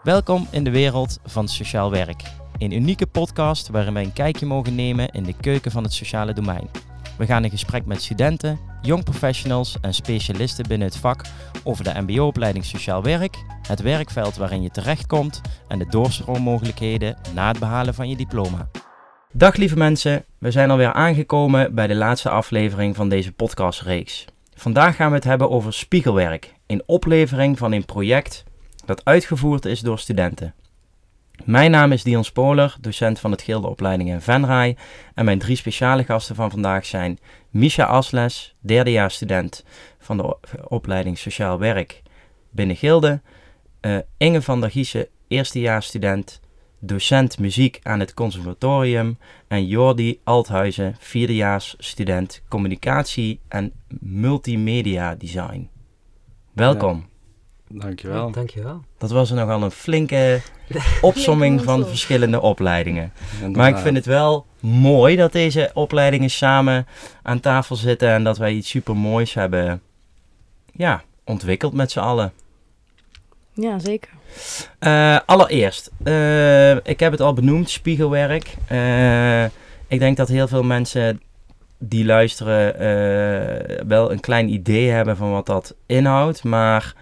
Welkom in de wereld van sociaal werk. Een unieke podcast waarin wij een kijkje mogen nemen in de keuken van het sociale domein. We gaan in gesprek met studenten, jong professionals en specialisten binnen het vak over de mbo-opleiding sociaal werk, het werkveld waarin je terechtkomt en de doorstroommogelijkheden na het behalen van je diploma. Dag lieve mensen, we zijn alweer aangekomen bij de laatste aflevering van deze podcastreeks. Vandaag gaan we het hebben over spiegelwerk, een oplevering van een project dat uitgevoerd is door studenten. Mijn naam is Dion Spoler, docent van het Gildeopleidingen Venray en mijn 3 speciale gasten van vandaag zijn Misha Asles, derdejaarsstudent van de opleiding Sociaal Werk binnen Gilde, Inge van der Giessen, eerstejaarsstudent, docent muziek aan het conservatorium en Jordi Althuizen, vierdejaarsstudent communicatie en multimedia design. Welkom. Ja. Dankjewel. Dankjewel. Dat was nogal een flinke opsomming van verschillende opleidingen. Maar ik vind het wel mooi dat deze opleidingen samen aan tafel zitten en dat wij iets super moois hebben ontwikkeld met z'n allen. Ja, zeker. Allereerst, ik heb het al benoemd, spiegelwerk. Ik denk dat heel veel mensen die luisteren wel een klein idee hebben van wat dat inhoudt, maar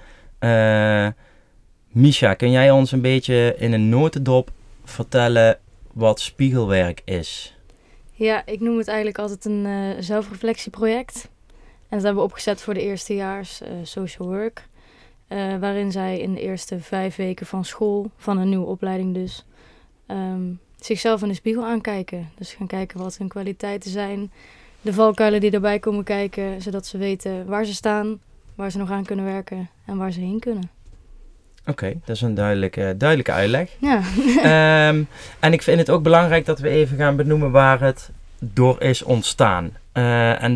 Misha, kun jij ons een beetje in een notendop vertellen wat spiegelwerk is? Ja, ik noem het eigenlijk altijd een zelfreflectieproject. En dat hebben we opgezet voor de eerstejaars social work. Waarin zij in de eerste 5 weken van school, van een nieuwe opleiding dus, zichzelf in de spiegel aankijken. Dus gaan kijken wat hun kwaliteiten zijn, de valkuilen die erbij komen kijken, zodat ze weten waar ze staan, waar ze nog aan kunnen werken en waar ze heen kunnen. Oké, dat is een duidelijke uitleg. Ja. En ik vind het ook belangrijk dat we even gaan benoemen waar het door is ontstaan. En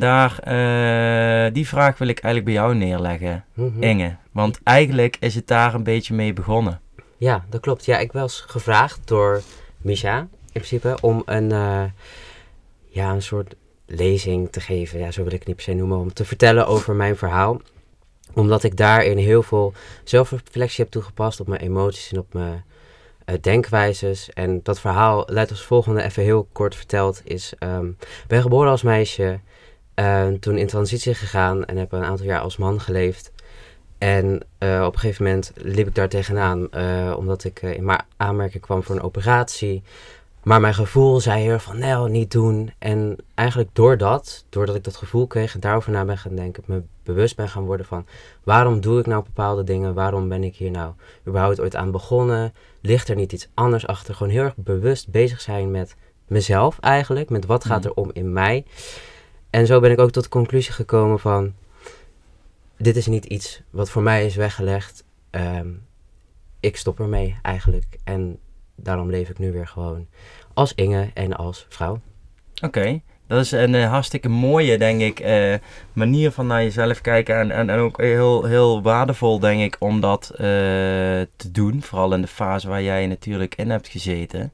die vraag wil ik eigenlijk bij jou neerleggen, Inge. Want eigenlijk is het daar een beetje mee begonnen. Ja, dat klopt. Ja, ik was gevraagd door Misha, in principe, om een soort lezing te geven. Ja, zo wil ik het niet per se noemen. Om te vertellen over mijn verhaal. Omdat ik daarin heel veel zelfreflectie heb toegepast op mijn emoties en op mijn denkwijzes. En dat verhaal luidt als volgende, even heel kort verteld, is... ben geboren als meisje, toen in transitie gegaan en heb een aantal jaar als man geleefd. En op een gegeven moment liep ik daar tegenaan, omdat ik in mijn aanmerking kwam voor een operatie. Maar mijn gevoel zei heel erg van, nee, niet doen. En eigenlijk doordat ik dat gevoel kreeg en daarover na ben gaan denken, me bewust ben gaan worden van, waarom doe ik nou bepaalde dingen? Waarom ben ik hier nou überhaupt ooit aan begonnen? Ligt er niet iets anders achter? Gewoon heel erg bewust bezig zijn met mezelf eigenlijk, met wat gaat er om in mij. En zo ben ik ook tot de conclusie gekomen van, dit is niet iets wat voor mij is weggelegd. Ik stop ermee eigenlijk. En daarom leef ik nu weer gewoon als Inge en als vrouw. Oké, dat is een hartstikke mooie, denk ik, manier van naar jezelf kijken. En ook heel, heel waardevol, denk ik, om dat te doen. Vooral in de fase waar jij natuurlijk in hebt gezeten.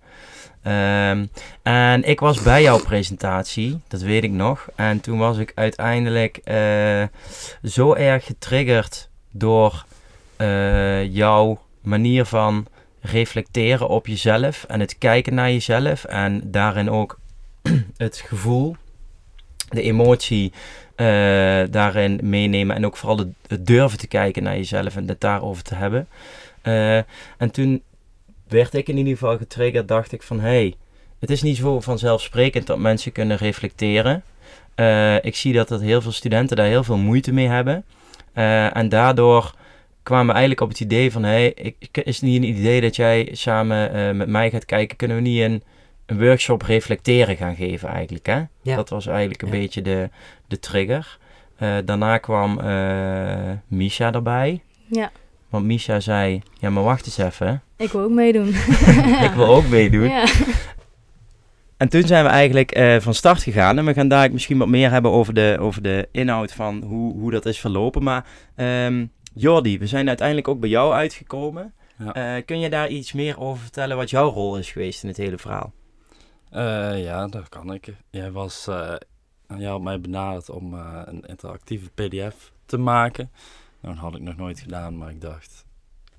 En ik was bij jouw presentatie, dat weet ik nog. En toen was ik uiteindelijk zo erg getriggerd door jouw manier van reflecteren op jezelf en het kijken naar jezelf en daarin ook het gevoel, de emotie daarin meenemen en ook vooral het durven te kijken naar jezelf en het daarover te hebben. En toen werd ik in ieder geval getriggerd, dacht ik van het is niet zo vanzelfsprekend dat mensen kunnen reflecteren. Ik zie dat heel veel studenten daar heel veel moeite mee hebben. En daardoor kwamen we eigenlijk op het idee van, is het niet een idee dat jij samen met mij gaat kijken, kunnen we niet een workshop reflecteren gaan geven eigenlijk, hè? Ja. Dat was eigenlijk een beetje de trigger. Daarna kwam Misha erbij. Ja. Want Misha zei, ja maar wacht eens even. Ik wil ook meedoen. Ik wil ook meedoen. Ja. En toen zijn we eigenlijk van start gegaan. En we gaan daar misschien wat meer hebben over de inhoud van hoe dat is verlopen. Maar Jordi, we zijn uiteindelijk ook bij jou uitgekomen. Ja. Kun je daar iets meer over vertellen wat jouw rol is geweest in het hele verhaal? Ja, dat kan ik. Jij had mij benaderd om een interactieve pdf te maken. Nou, dat had ik nog nooit gedaan, maar ik dacht,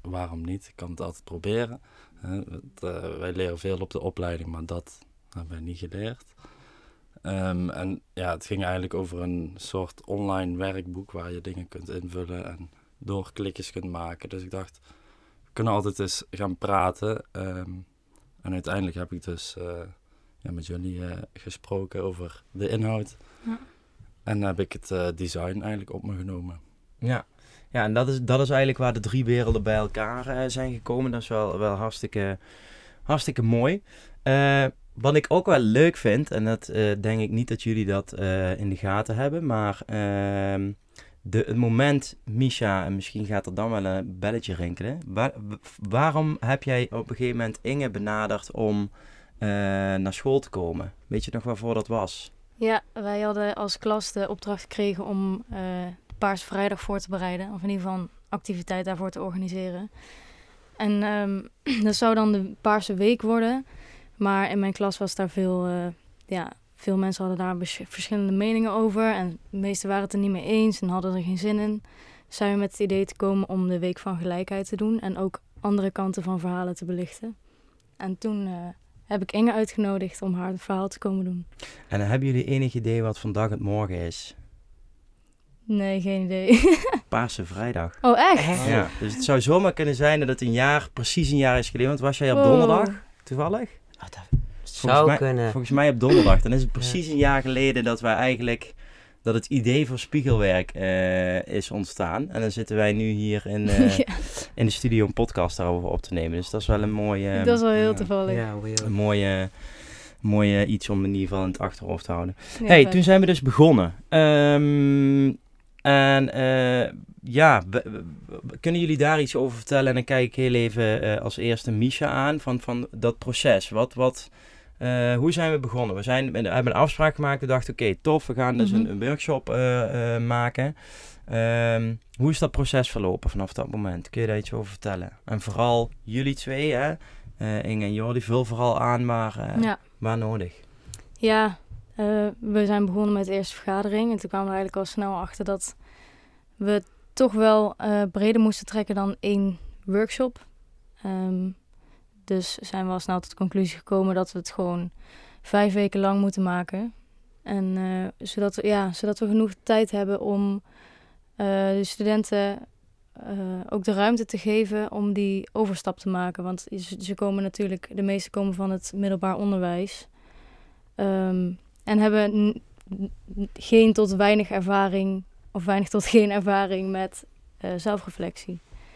waarom niet? Ik kan het altijd proberen. Wij leren veel op de opleiding, maar dat hebben wij niet geleerd. En ja, het ging eigenlijk over een soort online werkboek waar je dingen kunt invullen en doorklikjes kunt maken. Dus ik dacht, we kunnen altijd eens gaan praten. En uiteindelijk heb ik dus met jullie gesproken over de inhoud. Ja. En heb ik het design eigenlijk op me genomen. Ja, en dat is eigenlijk waar de 3 werelden bij elkaar zijn gekomen. Dat is wel hartstikke mooi. Wat ik ook wel leuk vind, en dat denk ik niet dat jullie dat in de gaten hebben, maar het moment, Misha, en misschien gaat er dan wel een belletje rinkelen. Waarom heb jij op een gegeven moment Inge benaderd om naar school te komen? Weet je nog waarvoor dat was? Ja, wij hadden als klas de opdracht gekregen om Paarse Vrijdag voor te bereiden. Of in ieder geval een activiteit daarvoor te organiseren. En dat zou dan de Paarse Week worden. Maar in mijn klas was daar veel mensen hadden daar verschillende meningen over. En de meesten waren het er niet mee eens en hadden er geen zin in. Dus zijn we met het idee te komen om de Week van Gelijkheid te doen. En ook andere kanten van verhalen te belichten. En toen heb ik Inge uitgenodigd om haar het verhaal te komen doen. En hebben jullie enig idee wat vandaag het morgen is? Nee, geen idee. Paarse Vrijdag. Oh, echt? Ja, dus het zou zomaar kunnen zijn dat het precies een jaar is geleden. Want was jij op Wow. donderdag, toevallig? Oh, dat zou kunnen. Volgens mij op donderdag. Dan is het precies een jaar geleden dat dat het idee voor spiegelwerk is ontstaan. En dan zitten wij nu hier in de studio een podcast daarover op te nemen. Dus dat is wel een mooie... Dat is wel heel toevallig. Ja, een mooie iets om in ieder geval in het achterhoofd te houden. Ja, Toen zijn we dus begonnen. Kunnen jullie daar iets over vertellen? En dan kijk ik heel even als eerste Misha aan van dat proces. Hoe zijn we begonnen? We hebben een afspraak gemaakt. We dachten, oké, tof, we gaan dus een workshop maken. Hoe is dat proces verlopen vanaf dat moment? Kun je daar iets over vertellen? En vooral jullie twee, hè? Inge en Jordi, vul vooral aan waar nodig. Ja, we zijn begonnen met de eerste vergadering. En toen kwamen we eigenlijk al snel achter dat we toch wel breder moesten trekken dan 1 workshop. Dus zijn we al snel tot de conclusie gekomen dat we het gewoon 5 weken lang moeten maken. En zodat we genoeg tijd hebben om de studenten ook de ruimte te geven om die overstap te maken. Want ze komen natuurlijk, de meeste komen van het middelbaar onderwijs. En hebben geen tot weinig ervaring, of weinig tot geen ervaring met zelfreflectie.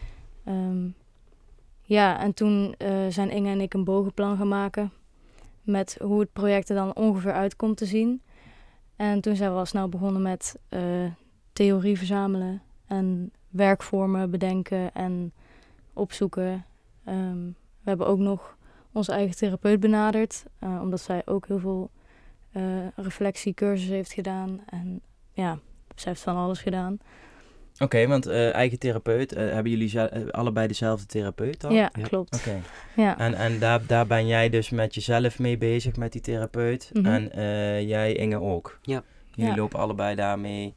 En toen zijn Inge en ik een bogenplan gaan maken met hoe het project er dan ongeveer uit komt te zien. En toen zijn we al snel begonnen met theorie verzamelen en werkvormen bedenken en opzoeken. We hebben ook nog onze eigen therapeut benaderd, omdat zij ook heel veel reflectiecursussen heeft gedaan. En ja, zij heeft van alles gedaan. Oké, want eigen therapeut, hebben jullie allebei dezelfde therapeut dan? Ja, klopt. Oké. Ja. En daar ben jij dus met jezelf mee bezig, met die therapeut. Mhm. En jij, Inge, ook. Ja. Jullie lopen allebei daarmee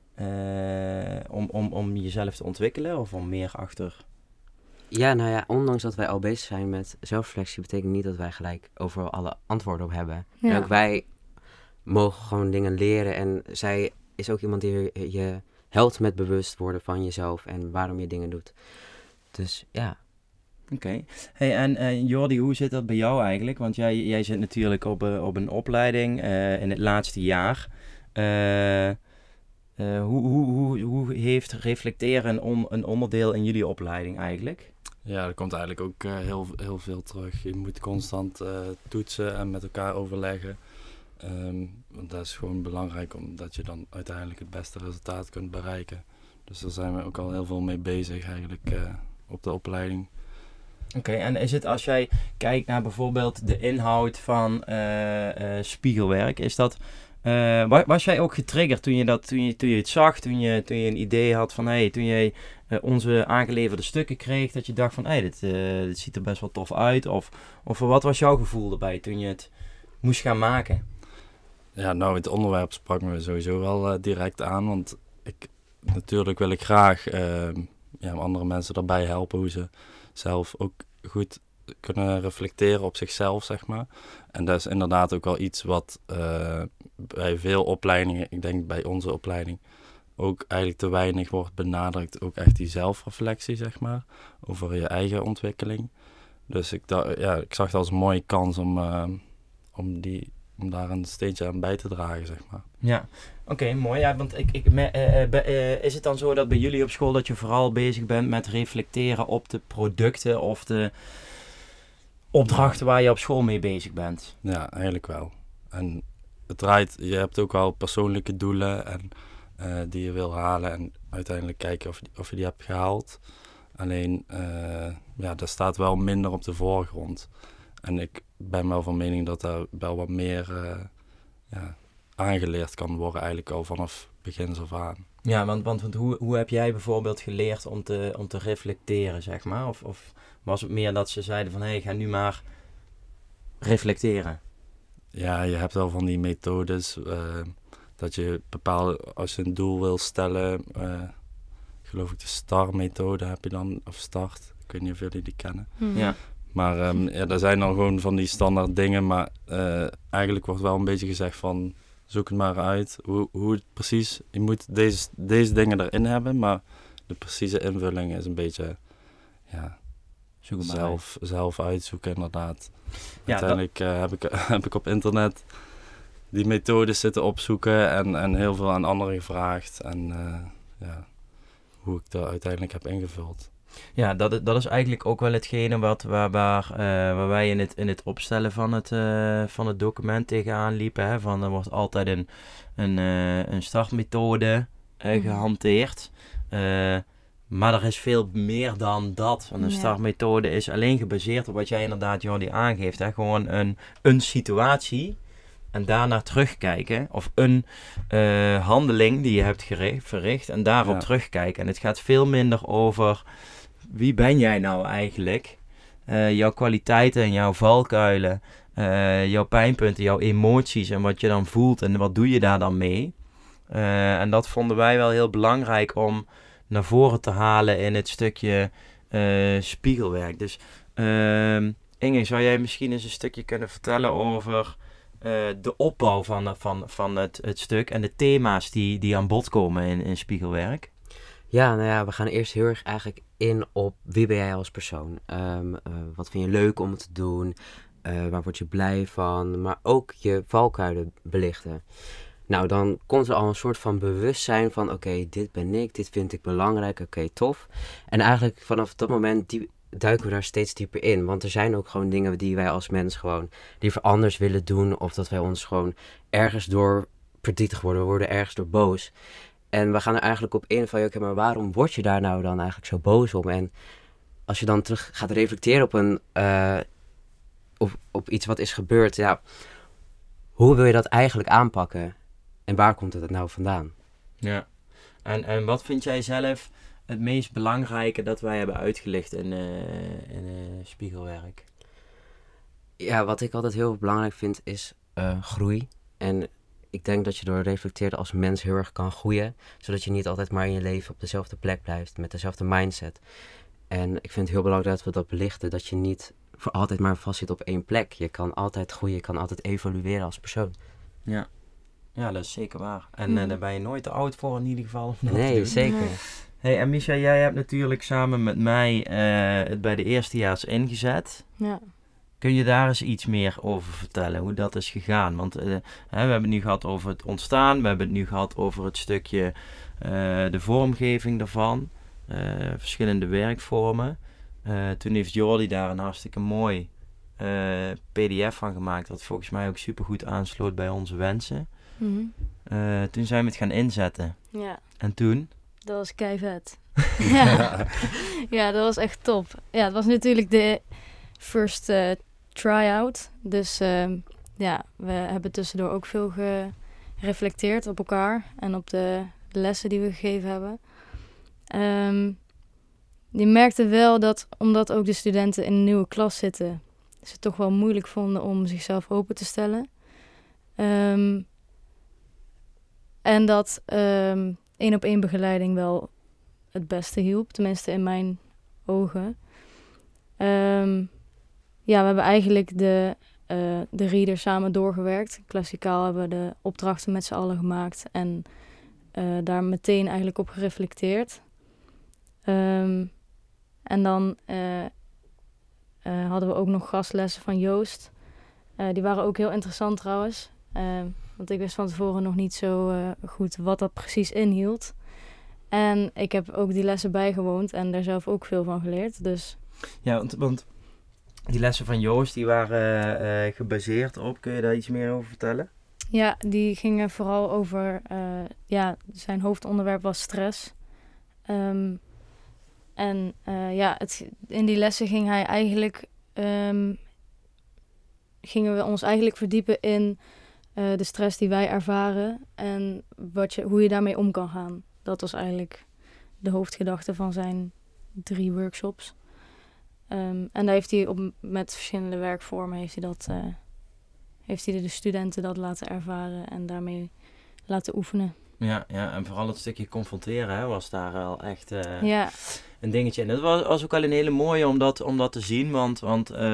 om jezelf te ontwikkelen of om meer achter... Ja, nou ja, ondanks dat wij al bezig zijn met zelfreflectie, betekent niet dat wij gelijk overal alle antwoorden op hebben. Ja. En ook wij mogen gewoon dingen leren. En zij is ook iemand die je helpt met bewust worden van jezelf en waarom je dingen doet. Dus ja. Oké. Hey, en Jordi, hoe zit dat bij jou eigenlijk? Want jij zit natuurlijk op een opleiding in het laatste jaar. Hoe heeft reflecteren een onderdeel in jullie opleiding eigenlijk? Ja, er komt eigenlijk ook heel veel terug. Je moet constant toetsen en met elkaar overleggen. Want dat is gewoon belangrijk, omdat je dan uiteindelijk het beste resultaat kunt bereiken. Dus daar zijn we ook al heel veel mee bezig eigenlijk op de opleiding. Oké, en is het als jij kijkt naar bijvoorbeeld de inhoud van spiegelwerk, is dat... was jij ook getriggerd toen je het zag, toen je een idee had van toen jij onze aangeleverde stukken kreeg, dat je dacht van dit ziet er best wel tof uit? Of wat was jouw gevoel erbij toen je het moest gaan maken? Ja, nou, het onderwerp sprak me sowieso wel direct aan, want natuurlijk wil ik graag andere mensen daarbij helpen hoe ze zelf ook goed kunnen reflecteren op zichzelf, zeg maar. En dat is inderdaad ook wel iets wat bij veel opleidingen, ik denk bij onze opleiding, ook eigenlijk te weinig wordt benadrukt. Ook echt die zelfreflectie, zeg maar, over je eigen ontwikkeling. Dus ik zag dat als een mooie kans om daar een steentje aan bij te dragen, zeg maar. Ja, oké, mooi. Ja, want is het dan zo dat bij jullie op school dat je vooral bezig bent met reflecteren op de producten of de opdrachten waar je op school mee bezig bent? Ja, eigenlijk wel. En je hebt ook wel persoonlijke doelen en die je wil halen en uiteindelijk kijken of je die hebt gehaald. Alleen, dat staat wel minder op de voorgrond. En ik ben wel van mening dat daar wel wat meer aangeleerd kan worden eigenlijk al vanaf begins af aan. Ja, want hoe heb jij bijvoorbeeld geleerd om te reflecteren, zeg maar? Of was het meer dat ze zeiden van, ga nu maar reflecteren? Ja, je hebt wel van die methodes dat je als je een doel wil stellen, geloof ik de STAR-methode heb je dan, of START, ik weet niet of jullie die kennen. Mm-hmm. Ja. Maar er zijn dan gewoon van die standaard dingen, maar eigenlijk wordt wel een beetje gezegd van, zoek het maar uit, hoe het precies, je moet deze dingen erin hebben, maar de precieze invulling is een beetje, zelf uitzoeken inderdaad. Ja, uiteindelijk heb ik op internet die methodes zitten opzoeken en heel veel aan anderen gevraagd en hoe ik dat uiteindelijk heb ingevuld. Ja, dat is eigenlijk ook wel hetgene waar wij in het opstellen van het document tegenaan liepen. Hè? Van, er wordt altijd een startmethode gehanteerd. Maar er is veel meer dan dat. Want een startmethode is alleen gebaseerd op wat jij inderdaad, Jordi, aangeeft. Hè? Gewoon een situatie en daarna terugkijken. Of een handeling die je hebt verricht en daarop terugkijken. En het gaat veel minder over wie ben jij nou eigenlijk? Jouw kwaliteiten en jouw valkuilen, jouw pijnpunten, jouw emoties en wat je dan voelt en wat doe je daar dan mee? En dat vonden wij wel heel belangrijk om naar voren te halen in het stukje spiegelwerk. Dus Inge, zou jij misschien eens een stukje kunnen vertellen over de opbouw van het stuk en de thema's die aan bod komen in spiegelwerk? Ja, we gaan eerst heel erg eigenlijk in op wie ben jij als persoon. Wat vind je leuk om te doen? Waar word je blij van? Maar ook je valkuilen belichten. Nou, dan komt er al een soort van bewustzijn van oké, dit ben ik, dit vind ik belangrijk, oké, tof. En eigenlijk vanaf dat moment duiken we daar steeds dieper in. Want er zijn ook gewoon dingen die wij als mens gewoon liever anders willen doen. Of dat wij ons gewoon ergens door verdrietig worden. We worden ergens door boos. En we gaan er eigenlijk op in van, oké, maar waarom word je daar nou dan eigenlijk zo boos om? En als je dan terug gaat reflecteren op iets wat is gebeurd, hoe wil je dat eigenlijk aanpakken? En waar komt het nou vandaan? Ja, en wat vind jij zelf het meest belangrijke dat wij hebben uitgelicht in spiegelwerk? Ja, wat ik altijd heel belangrijk vind is groei. En ik denk dat je door reflecteren als mens heel erg kan groeien. Zodat je niet altijd maar in je leven op dezelfde plek blijft. Met dezelfde mindset. En ik vind het heel belangrijk dat we dat belichten. Dat je niet voor altijd maar vast zit op één plek. Je kan altijd groeien. Je kan altijd evolueren als persoon. Ja, dat is zeker waar. En daar ben je nooit te oud voor in ieder geval. Nee, zeker. Hey, en Misha, jij hebt natuurlijk samen met mij het bij de eerstejaars ingezet. Ja. Kun je daar eens iets meer over vertellen, hoe dat is gegaan? Want we hebben het nu gehad over het ontstaan, we hebben het nu gehad over het stukje de vormgeving daarvan, verschillende werkvormen. Toen heeft Jordi daar een hartstikke mooi pdf van gemaakt, wat volgens mij ook supergoed aansloot bij onze wensen. Mm-hmm. Toen zijn we het gaan inzetten. Ja. En toen? Dat was keivet. Ja, dat was echt top. Ja, het was natuurlijk de first try-out. Dus we hebben tussendoor ook veel gereflecteerd op elkaar en op de lessen die we gegeven hebben. Je merkte wel dat, omdat ook de studenten in een nieuwe klas zitten, ze het toch wel moeilijk vonden om zichzelf open te stellen. En dat 1-op-1 begeleiding wel het beste hielp. Tenminste in mijn ogen. We hebben eigenlijk de reader samen doorgewerkt. Klassikaal hebben we de opdrachten met z'n allen gemaakt. En daar meteen eigenlijk op gereflecteerd. En dan hadden we ook nog gastlessen van Joost. Die waren ook heel interessant trouwens. Want ik wist van tevoren nog niet zo goed wat dat precies inhield. En ik heb ook die lessen bijgewoond en daar zelf ook veel van geleerd. Dus. Ja, want die lessen van Joost die waren gebaseerd op. Kun je daar iets meer over vertellen? Ja, die gingen vooral over... zijn hoofdonderwerp was stress. In die lessen ging hij eigenlijk... gingen we ons eigenlijk verdiepen in de stress die wij ervaren en hoe je daarmee om kan gaan. Dat was eigenlijk de hoofdgedachte van zijn 3 workshops. En daar heeft hij met verschillende werkvormen heeft hij de studenten dat laten ervaren en daarmee laten oefenen. Ja, en vooral het stukje confronteren was daar wel echt een dingetje. En dat was ook wel een hele mooie om dat te zien, want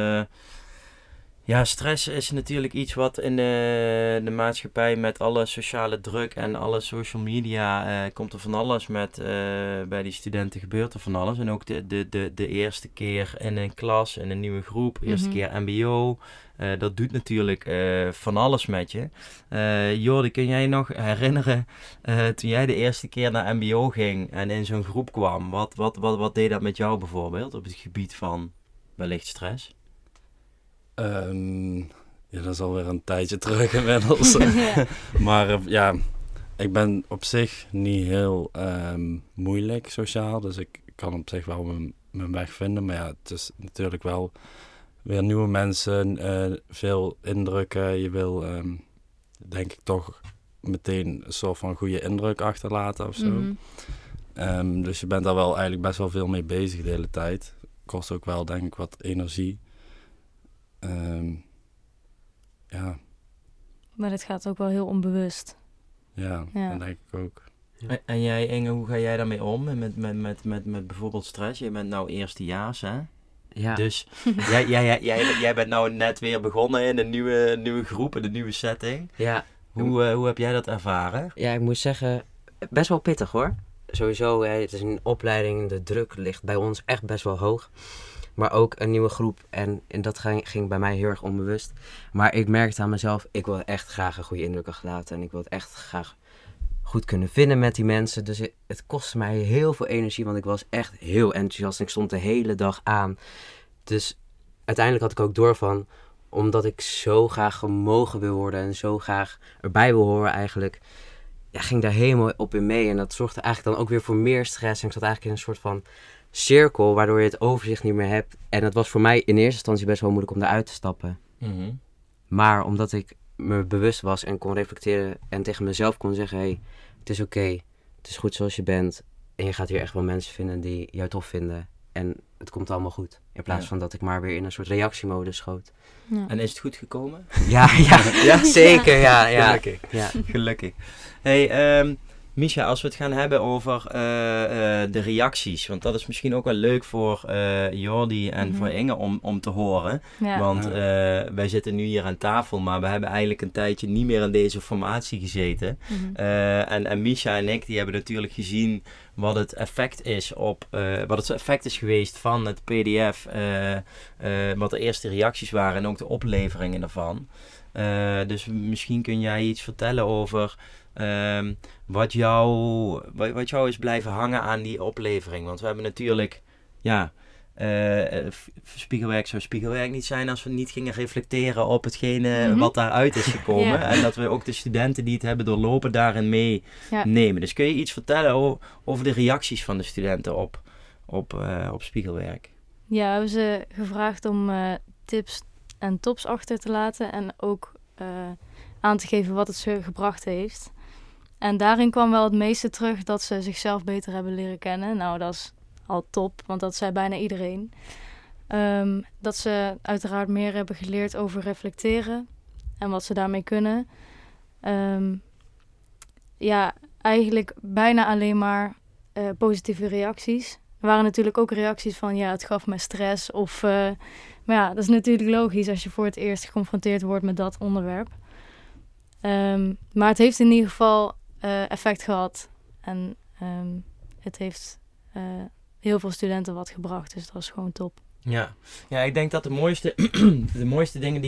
stress is natuurlijk iets wat in de maatschappij met alle sociale druk en alle social media komt er van alles met. Bij die studenten gebeurt er van alles. En ook de eerste keer in een klas, in een nieuwe groep, eerste keer mbo. Dat doet natuurlijk van alles met je. Jordi, kun jij nog herinneren toen jij de eerste keer naar mbo ging en in zo'n groep kwam? Wat deed dat met jou bijvoorbeeld op het gebied van wellicht stress? Dat is alweer een tijdje terug inmiddels. Maar ik ben op zich niet heel moeilijk sociaal. Dus ik kan op zich wel mijn weg vinden. Maar het is natuurlijk wel weer nieuwe mensen, veel indrukken. Je wil, denk ik, toch meteen een soort van goede indruk achterlaten of zo. Mm-hmm. Dus je bent daar wel eigenlijk best wel veel mee bezig de hele tijd. Kost ook wel, denk ik, wat energie. Maar dit gaat ook wel heel onbewust. Ja, dat denk ik ook. En jij, Inge, hoe ga jij daarmee om? Met bijvoorbeeld stress? Je bent nou eerstejaars, hè? Ja. Dus jij bent nou net weer begonnen in een nieuwe groep, in een nieuwe setting. Ja. Hoe heb jij dat ervaren? Ja, ik moet zeggen, best wel pittig hoor. Sowieso, het is een opleiding, de druk ligt bij ons echt best wel hoog. Maar ook een nieuwe groep. En dat ging bij mij heel erg onbewust. Maar ik merkte aan mezelf, ik wil echt graag een goede indruk achterlaten. En ik wil het echt graag goed kunnen vinden met die mensen. Dus het kostte mij heel veel energie, want ik was echt heel enthousiast. En ik stond de hele dag aan. Dus uiteindelijk had ik ook door van, omdat ik zo graag gemogen wil worden en zo graag erbij wil horen eigenlijk, ging daar helemaal op in mee. En dat zorgde eigenlijk dan ook weer voor meer stress. En ik zat eigenlijk in een soort van cirkel, waardoor je het overzicht niet meer hebt. En het was voor mij in eerste instantie best wel moeilijk om eruit te stappen. Mm-hmm. Maar omdat ik me bewust was en kon reflecteren en tegen mezelf kon zeggen, hey, het is oké, het is goed zoals je bent. En je gaat hier echt wel mensen vinden die jou tof vinden. En het komt allemaal goed. In plaats van dat ik maar weer in een soort reactiemodus schoot. Ja. En is het goed gekomen? Ja, zeker. Ja. Gelukkig. Ja. Gelukkig. Hey, Misha, als we het gaan hebben over de reacties, want dat is misschien ook wel leuk voor Jordi en voor Inge om te horen. Ja. Want wij zitten nu hier aan tafel, maar we hebben eigenlijk een tijdje niet meer in deze formatie gezeten. Mm-hmm. En Misha en ik, die hebben natuurlijk gezien wat het effect is geweest van het pdf, wat de eerste reacties waren en ook de opleveringen daarvan. Dus misschien kun jij iets vertellen over wat jou is blijven hangen aan die oplevering. Want we hebben natuurlijk, spiegelwerk zou spiegelwerk niet zijn als we niet gingen reflecteren op hetgene wat daaruit is gekomen. Ja. En dat we ook de studenten die het hebben doorlopen daarin meenemen. Dus kun je iets vertellen over de reacties van de studenten op spiegelwerk? Ja, we hebben ze gevraagd om tips en tops achter te laten en ook aan te geven wat het ze gebracht heeft. En daarin kwam wel het meeste terug dat ze zichzelf beter hebben leren kennen. Nou, dat is al top, want dat zei bijna iedereen. Dat ze uiteraard meer hebben geleerd over reflecteren en wat ze daarmee kunnen. Eigenlijk bijna alleen maar positieve reacties. Er waren natuurlijk ook reacties van, ja, het gaf me stress. Maar ja, dat is natuurlijk logisch als je voor het eerst geconfronteerd wordt met dat onderwerp. Maar het heeft in ieder geval effect gehad. En het heeft heel veel studenten wat gebracht. Dus dat is gewoon top. Ja, ik denk dat de mooiste dingen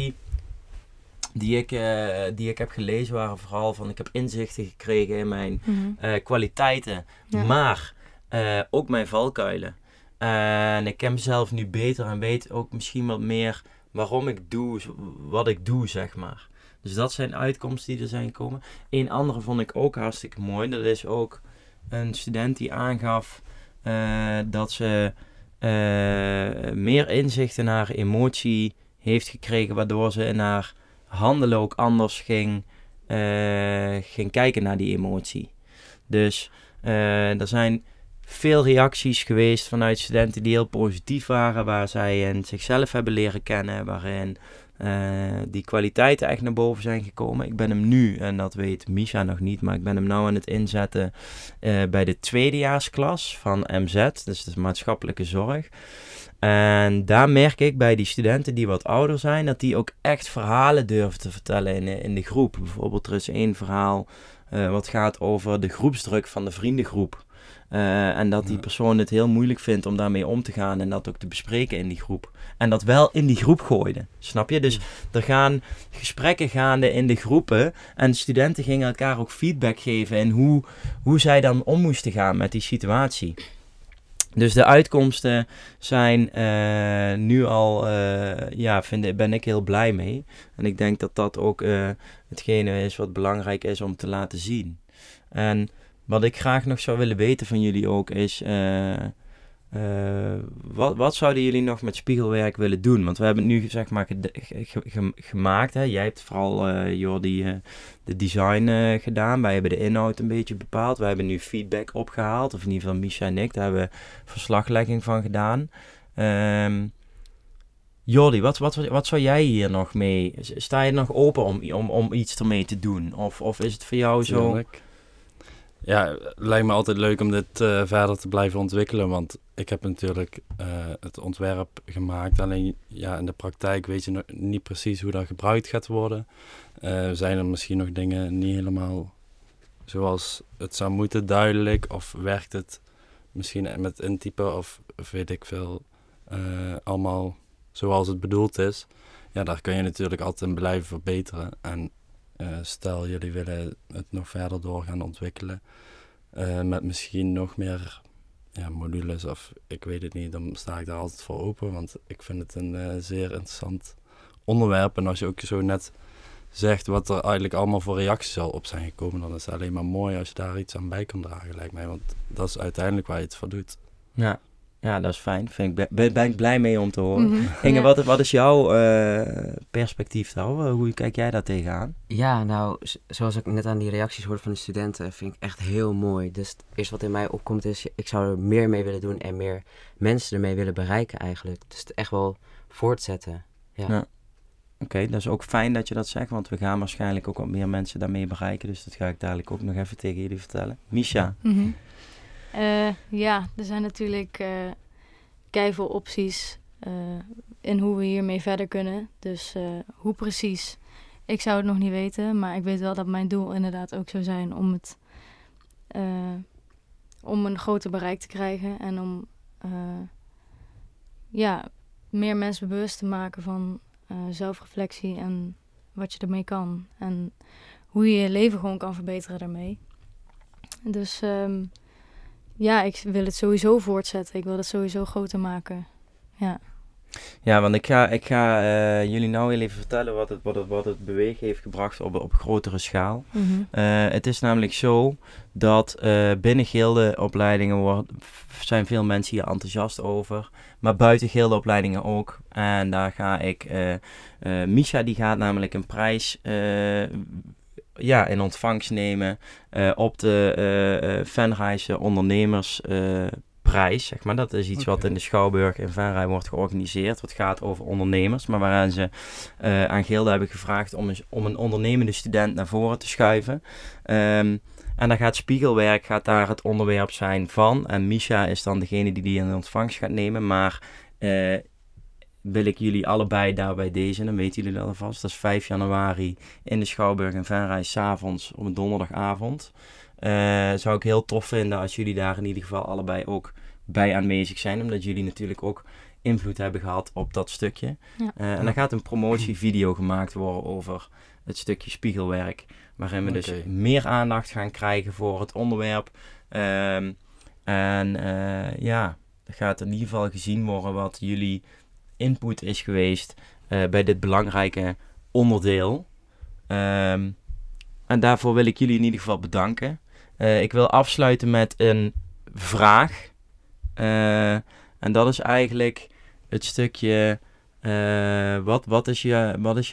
die ik heb gelezen waren vooral van... Ik heb inzichten gekregen in mijn kwaliteiten, maar ook mijn valkuilen. En ik ken mezelf nu beter en weet ook misschien wat meer waarom ik doe wat ik doe, zeg maar. Dus dat zijn uitkomsten die er zijn gekomen. Een andere vond ik ook hartstikke mooi. Dat is ook een student die aangaf dat ze meer inzicht in haar emotie heeft gekregen, waardoor ze in haar handelen ook anders ging kijken naar die emotie. Dus er zijn veel reacties geweest vanuit studenten die heel positief waren, waar zij in zichzelf hebben leren kennen, waarin die kwaliteiten echt naar boven zijn gekomen. Ik ben hem nu, en dat weet Misha nog niet, maar ik ben hem nou aan het inzetten bij de tweedejaarsklas van MZ, dus de maatschappelijke zorg. En daar merk ik bij die studenten die wat ouder zijn, dat die ook echt verhalen durven te vertellen in de groep. Bijvoorbeeld er is één verhaal wat gaat over de groepsdruk van de vriendengroep. En dat die persoon het heel moeilijk vindt om daarmee om te gaan en dat ook te bespreken in die groep. En dat wel in die groep gooide, snap je? Dus er gaan gesprekken gaande in de groepen en studenten gingen elkaar ook feedback geven in hoe zij dan om moesten gaan met die situatie. Dus de uitkomsten zijn nu al, ben ik heel blij mee. En ik denk dat dat ook hetgene is wat belangrijk is om te laten zien. En wat ik graag nog zou willen weten van jullie ook is, wat zouden jullie nog met spiegelwerk willen doen? Want we hebben het nu zeg maar gemaakt. Hè? Jij hebt vooral, Jordi, de design gedaan. Wij hebben de inhoud een beetje bepaald. Wij hebben nu feedback opgehaald. Of in ieder geval Misha en ik. Daar hebben we verslaglegging van gedaan. Jordi, wat zou jij hier nog mee? Sta je nog open om iets ermee te doen? Of is het voor jou zo? Ja, het lijkt me altijd leuk om dit verder te blijven ontwikkelen, want ik heb natuurlijk het ontwerp gemaakt. Alleen ja, in de praktijk weet je nog niet precies hoe dat gebruikt gaat worden. Zijn er misschien nog dingen niet helemaal zoals het zou moeten duidelijk? Of werkt het misschien met intypen of weet ik veel allemaal zoals het bedoeld is? Ja, daar kun je natuurlijk altijd in blijven verbeteren. En stel jullie willen het nog verder door gaan ontwikkelen met misschien nog meer modules of ik weet het niet, dan sta ik daar altijd voor open, want ik vind het een zeer interessant onderwerp. En als je ook zo net zegt wat er eigenlijk allemaal voor reacties al op zijn gekomen, dan is het alleen maar mooi als je daar iets aan bij kan dragen, lijkt mij, want dat is uiteindelijk waar je het voor doet. Ja, dat is fijn. Ben ik blij mee om te horen. Mm-hmm. Inge, wat is jouw perspectief daar? Hoe kijk jij daar tegenaan? Ja, nou, zoals ik net aan die reacties hoorde van de studenten, vind ik echt heel mooi. Dus het eerste wat in mij opkomt is, ik zou er meer mee willen doen en meer mensen ermee willen bereiken eigenlijk. Dus het echt wel voortzetten. Ja. Oké, dat is ook fijn dat je dat zegt, want we gaan waarschijnlijk ook wat meer mensen daarmee bereiken. Dus dat ga ik dadelijk ook nog even tegen jullie vertellen. Misha? Mm-hmm. Er zijn natuurlijk keiveel opties in hoe we hiermee verder kunnen. Dus hoe precies, ik zou het nog niet weten. Maar ik weet wel dat mijn doel inderdaad ook zou zijn om een groter bereik te krijgen. En om meer mensen bewust te maken van zelfreflectie en wat je ermee kan. En hoe je je leven gewoon kan verbeteren daarmee. Dus ik wil het sowieso voortzetten. Ik wil het sowieso groter maken. Ja, want ik ga jullie nou heel even vertellen wat het bewegen heeft gebracht op grotere schaal. Mm-hmm. Het is namelijk zo dat binnen gildeopleidingen zijn veel mensen hier enthousiast over. Maar buiten gildeopleidingen ook. En daar ga ik... Misha die gaat namelijk een prijs in ontvangst nemen op de Venrayse ondernemersprijs, zeg maar. Dat is iets wat in de Schouwburg in Venray wordt georganiseerd. Wat gaat over ondernemers, maar waarin ze aan Gilde hebben gevraagd om een ondernemende student naar voren te schuiven. En En dan gaat spiegelwerk daar het onderwerp zijn van. En Misha is dan degene die in ontvangst gaat nemen. Maar wil ik jullie allebei daarbij deze, dan weten jullie dat alvast. Dat is 5 januari in de Schouwburg in Venray, 's avonds op een donderdagavond. Zou ik heel tof vinden als jullie daar in ieder geval allebei ook bij aanwezig zijn. Omdat jullie natuurlijk ook invloed hebben gehad op dat stukje. Ja. En dan gaat een promotievideo gemaakt worden over het stukje spiegelwerk. Waarin we dus meer aandacht gaan krijgen voor het onderwerp. Er gaat in ieder geval gezien worden wat jullie input is geweest bij dit belangrijke onderdeel. En daarvoor wil ik jullie in ieder geval bedanken. Ik wil afsluiten met een vraag. En dat is eigenlijk het stukje... Wat is je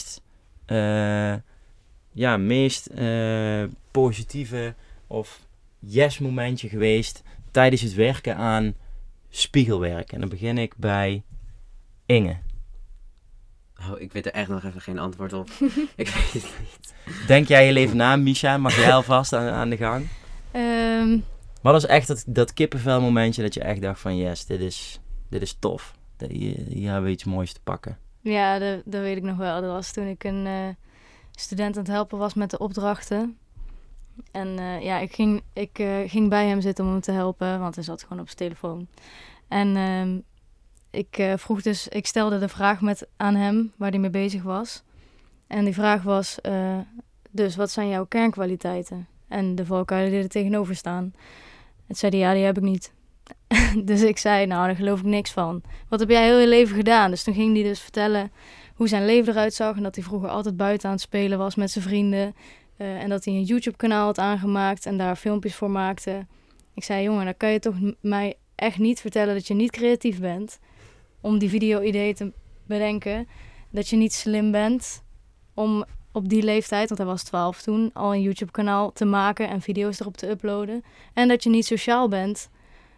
meest positieve of yes momentje geweest tijdens het werken aan spiegelwerk? En dan begin ik bij Inge. Oh, ik weet er echt nog even geen antwoord op. Ik weet het niet. Denk jij heel even na, Misha? Mag jij alvast aan de gang? Wat is echt dat kippenvel momentje dat je echt dacht van yes, dit is tof. Hier hebben we iets moois te pakken. Ja, dat weet ik nog wel. Dat was toen ik een student aan het helpen was met de opdrachten. En ik ging bij hem zitten om hem te helpen, want hij zat gewoon op zijn telefoon. En ik stelde de vraag aan hem waar hij mee bezig was. En die vraag was, dus wat zijn jouw kernkwaliteiten? En de valkuilen die er tegenover staan. En zei hij, ja, die heb ik niet. Dus ik zei, nou, daar geloof ik niks van. Wat heb jij heel je leven gedaan? Dus toen ging hij dus vertellen hoe zijn leven eruit zag. En dat hij vroeger altijd buiten aan het spelen was met zijn vrienden. En dat hij een YouTube-kanaal had aangemaakt en daar filmpjes voor maakte. Ik zei, jongen, dan kan je toch mij echt niet vertellen dat je niet creatief bent. Om die video-idee te bedenken. Dat je niet slim bent om op die leeftijd, want hij was 12 toen, al een YouTube-kanaal te maken en video's erop te uploaden. En dat je niet sociaal bent,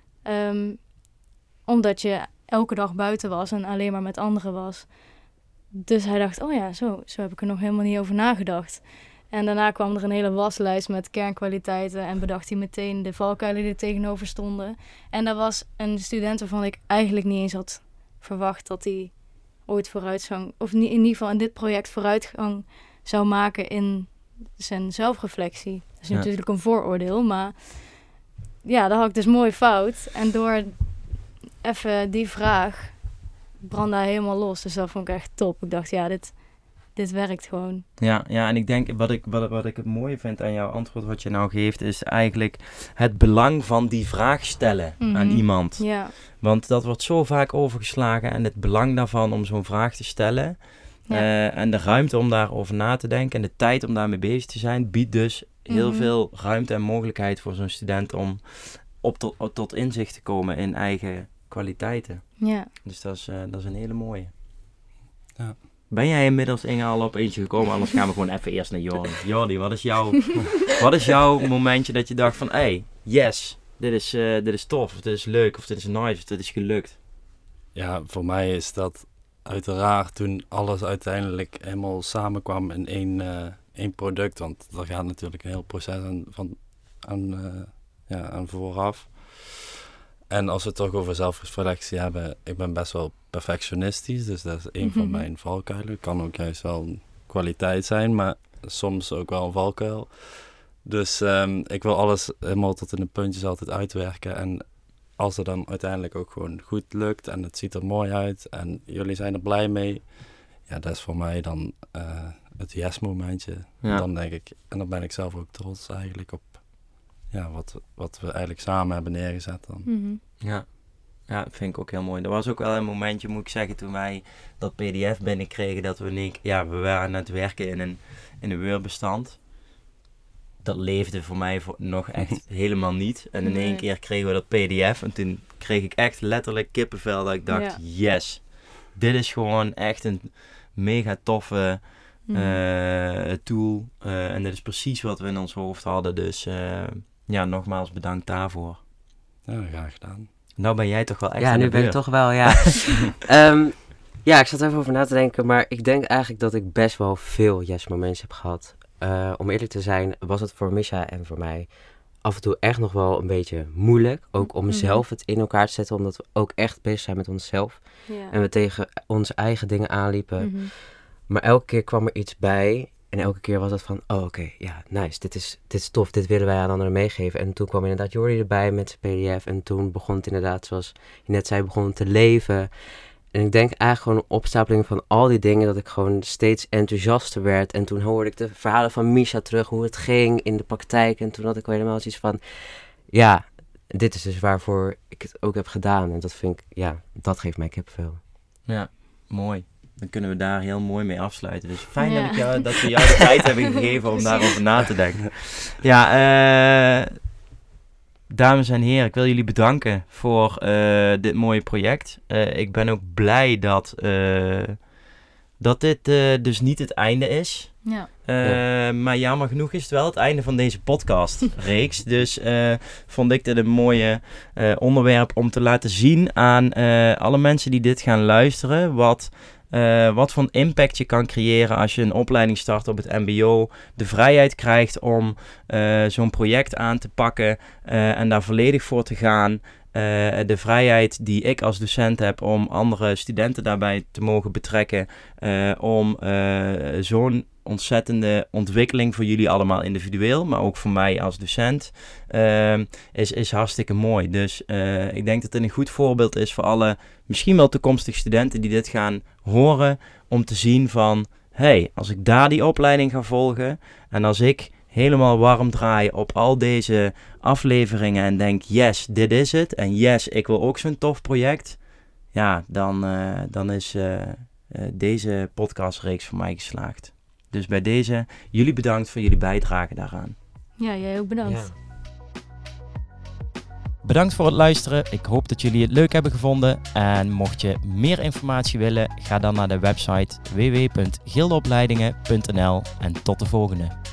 omdat je elke dag buiten was en alleen maar met anderen was. Dus hij dacht, oh ja, zo heb ik er nog helemaal niet over nagedacht. En daarna kwam er een hele waslijst met kernkwaliteiten en bedacht hij meteen de valkuilen die er tegenover stonden. En dat was een student waarvan ik eigenlijk niet eens had verwacht dat hij ooit vooruitgang, of in ieder geval in dit project vooruitgang zou maken in zijn zelfreflectie. Dat is natuurlijk een vooroordeel, maar ja, dat had ik dus mooi fout. En door even die vraag brandde hij helemaal los. Dus dat vond ik echt top. Ik dacht, ja, dit werkt gewoon. Ja, en ik denk, wat ik het mooie vind aan jouw antwoord wat je nou geeft, is eigenlijk het belang van die vraag stellen aan iemand. Ja. Want dat wordt zo vaak overgeslagen en het belang daarvan om zo'n vraag te stellen. Ja. En de ruimte om daarover na te denken en de tijd om daarmee bezig te zijn, biedt dus heel veel ruimte en mogelijkheid voor zo'n student om tot inzicht te komen in eigen kwaliteiten. Ja. Dus dat is een hele mooie. Ja. Ben jij inmiddels, Inge, al op eentje gekomen? Anders gaan we gewoon even eerst naar Jordi. Jordi, wat is jouw momentje dat je dacht van, hey, yes, dit is tof, of dit is leuk, of dit is nice, of dit is gelukt? Ja, voor mij is dat uiteraard toen alles uiteindelijk helemaal samenkwam in één product. Want daar gaat natuurlijk een heel proces aan vooraf. En als we het toch over zelfreflectie hebben, ik ben best wel perfectionistisch. Dus dat is een van mijn valkuilen. Het kan ook juist wel een kwaliteit zijn, maar soms ook wel een valkuil. Dus ik wil alles helemaal tot in de puntjes altijd uitwerken. En als het dan uiteindelijk ook gewoon goed lukt en het ziet er mooi uit en jullie zijn er blij mee, ja, dat is voor mij dan het yes-momentje. Ja. Dan denk ik, en dan ben ik zelf ook trots eigenlijk op wat we eigenlijk samen hebben neergezet dan. Mm-hmm. Ja, dat vind ik ook heel mooi. Er was ook wel een momentje, moet ik zeggen, toen wij dat pdf binnenkregen, dat we waren aan het werken in een Word-bestand. Dat leefde voor mij nog echt helemaal niet. En in één keer kregen we dat pdf en toen kreeg ik echt letterlijk kippenvel dat ik dacht, yes, dit is gewoon echt een mega toffe tool. En dit is precies wat we in ons hoofd hadden. Dus nogmaals bedankt daarvoor. Ja, graag gedaan. Nou ben jij toch wel echt ja, nu ben ik toch wel, ja. Ja, ik zat even over na te denken, maar ik denk eigenlijk dat ik best wel veel yes-momentjes heb gehad. om eerlijk te zijn, was het voor Misha en voor mij af en toe echt nog wel een beetje moeilijk. Ook om zelf het in elkaar te zetten, omdat we ook echt bezig zijn met onszelf. Ja. En we tegen onze eigen dingen aanliepen. Mhm. Maar elke keer kwam er iets bij. En elke keer was het van, oké, nice, dit is tof, dit willen wij aan anderen meegeven. En toen kwam inderdaad Jordi erbij met zijn PDF. En toen begon het inderdaad, zoals je net zei, begon het te leven. En ik denk eigenlijk gewoon een opstapeling van al die dingen, dat ik gewoon steeds enthousiaster werd. En toen hoorde ik de verhalen van Misha terug, hoe het ging in de praktijk. En toen had ik wel helemaal zoiets van, ja, dit is dus waarvoor ik het ook heb gedaan. En dat vind ik, dat geeft mij kippenvel. Ja, mooi. Dan kunnen we daar heel mooi mee afsluiten. Dus fijn dat we jou de tijd hebben gegeven om daarover na te denken. Ja, dames en heren, ik wil jullie bedanken voor dit mooie project. Ik ben ook blij dat dit dus niet het einde is. Ja. Maar jammer genoeg is het wel het einde van deze podcastreeks. Dus vond ik dit een mooie onderwerp om te laten zien aan alle mensen die dit gaan luisteren. Wat voor een impact je kan creëren als je een opleiding start op het mbo. De vrijheid krijgt om zo'n project aan te pakken en daar volledig voor te gaan. De vrijheid die ik als docent heb om andere studenten daarbij te mogen betrekken. Om zo'n ontzettende ontwikkeling voor jullie allemaal individueel, maar ook voor mij als docent, is hartstikke mooi. Dus ik denk dat het een goed voorbeeld is voor alle misschien wel toekomstige studenten die dit gaan horen, om te zien van, hey, als ik daar die opleiding ga volgen en als ik helemaal warm draai op al deze afleveringen en denk, yes, dit is het en yes, ik wil ook zo'n tof project, ja, dan is deze podcastreeks voor mij geslaagd. Dus bij deze, jullie bedankt voor jullie bijdrage daaraan. Ja, jij ook bedankt. Ja. Bedankt voor het luisteren. Ik hoop dat jullie het leuk hebben gevonden. En mocht je meer informatie willen, ga dan naar de website www.gildeopleidingen.nl en tot de volgende.